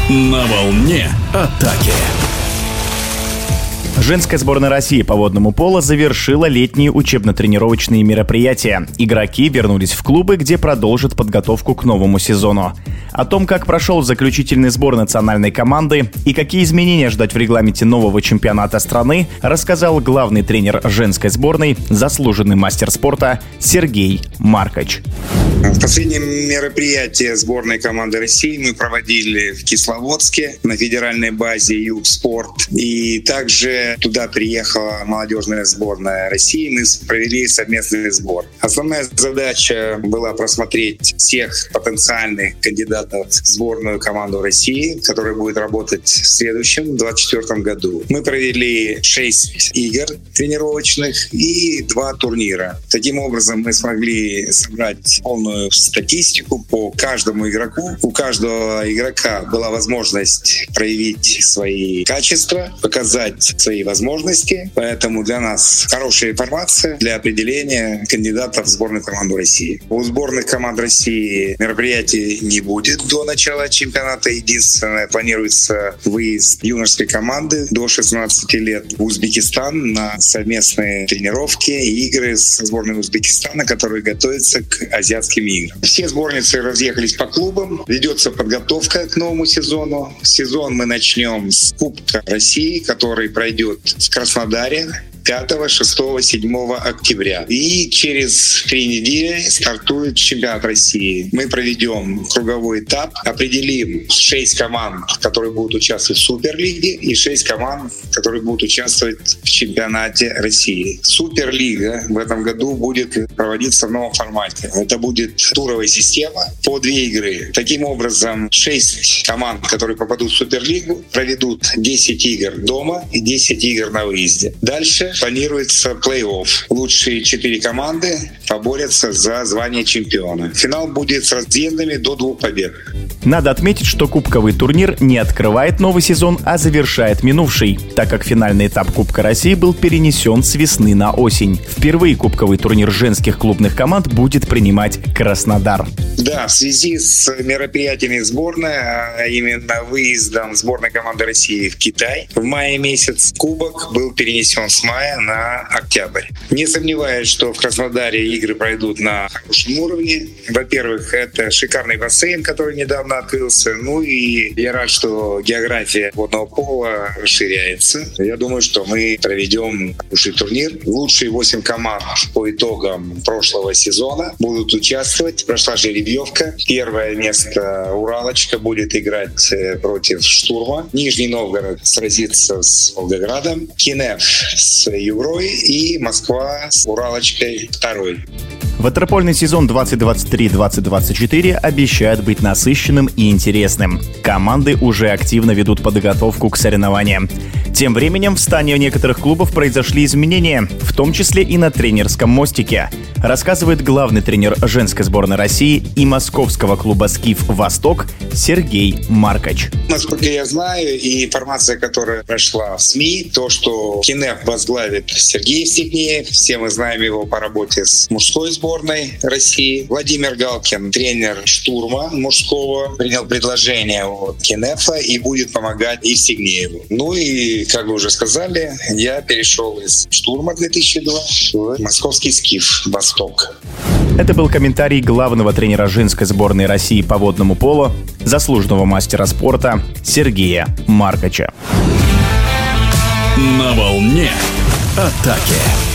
На волне атаки. Женская сборная России по водному поло завершила летние учебно-тренировочные мероприятия. Игроки вернулись в клубы, где продолжат подготовку к новому сезону. О том, как прошел заключительный сбор национальной команды и какие изменения ждать в регламенте нового чемпионата страны, рассказал главный тренер женской сборной, заслуженный мастер спорта Сергей Маркач. В последнем мероприятии сборной команды России мы проводили в Кисловодске на федеральной базе «Югспорт». И также туда приехала молодежная сборная России. Мы провели совместный сбор. Основная задача была просмотреть всех потенциальных кандидатов в сборную команду России, которая будет работать в следующем, 2024 году. Мы провели 6 игр тренировочных и 2 турнира. Таким образом, мы смогли собрать полную статистику по каждому игроку. У каждого игрока была возможность проявить свои качества, показать свои возможности. Поэтому для нас хорошая информация для определения кандидатов в сборную команду России. У сборных команд России мероприятий не будет до начала чемпионата. Единственное, планируется выезд юношеской команды до 16 лет в Узбекистан на совместные тренировки и игры с сборной Узбекистана, которые готовятся к азиатским играм. Все сборницы разъехались по клубам. Ведется подготовка к новому сезону. Сезон мы начнем с Кубка России, который пройдет в Краснодаре 5, 6, 7 октября. И через 3 недели стартует чемпионат России. Мы проведем круговой этап, определим 6 команд, которые будут участвовать в Суперлиге, и 6 команд, которые будут участвовать в чемпионате России. Суперлига в этом году будет проводиться в новом формате. Это будет туровая система по 2 игры. Таким образом, 6 команд, которые попадут в Суперлигу, проведут 10 игр дома и 10 игр на выезде. Дальше планируется плей-офф. Лучшие 4 команды поборются за звание чемпиона. Финал будет с разъездами до 2 побед. Надо отметить, что кубковый турнир не открывает новый сезон, а завершает минувший, так как финальный этап Кубка России был перенесен с весны на осень. Впервые кубковый турнир женских клубных команд будет принимать Краснодар. Да, в связи с мероприятиями сборной, а именно выездом сборной команды России в Китай, в мае месяц кубок был перенесен с мая на октябрь. Не сомневаюсь, что в Краснодаре игры пройдут на хорошем уровне. Во-первых, это шикарный бассейн, который недавно открылся. Ну и я рад, что география водного пола расширяется. Я думаю, что мы проведем хороший турнир. Лучшие 8 команд по итогам прошлого сезона будут участвовать. Прошла жеребьевка. Первое место Уралочка будет играть против Штурма. Нижний Новгород сразится с Волгоградом. Кинев с Югрой и Москва с Уралочкой второй. Ватерпольный сезон 2023-2024 обещает быть насыщенным и интересным. Команды уже активно ведут подготовку к соревнованиям. Тем временем в стане некоторых клубов произошли изменения, в том числе и на тренерском мостике, рассказывает главный тренер женской сборной России и московского клуба «Скиф Восток» Сергей Маркач. Насколько я знаю, и информация, которая прошла в СМИ, то, что Кинев возглавит Сергей Степнеев, все мы знаем его по работе с мужской сборной России. Владимир Галкин, тренер Штурма мужского, принял предложение от Кинефа и будет помогать и Степнееву. Ну и, как вы уже сказали, я перешел из Штурма 2002 в московский «Скиф Восток». Это был комментарий главного тренера женской сборной России по водному поло, заслуженного мастера спорта Сергея Маркача. На волне атаки.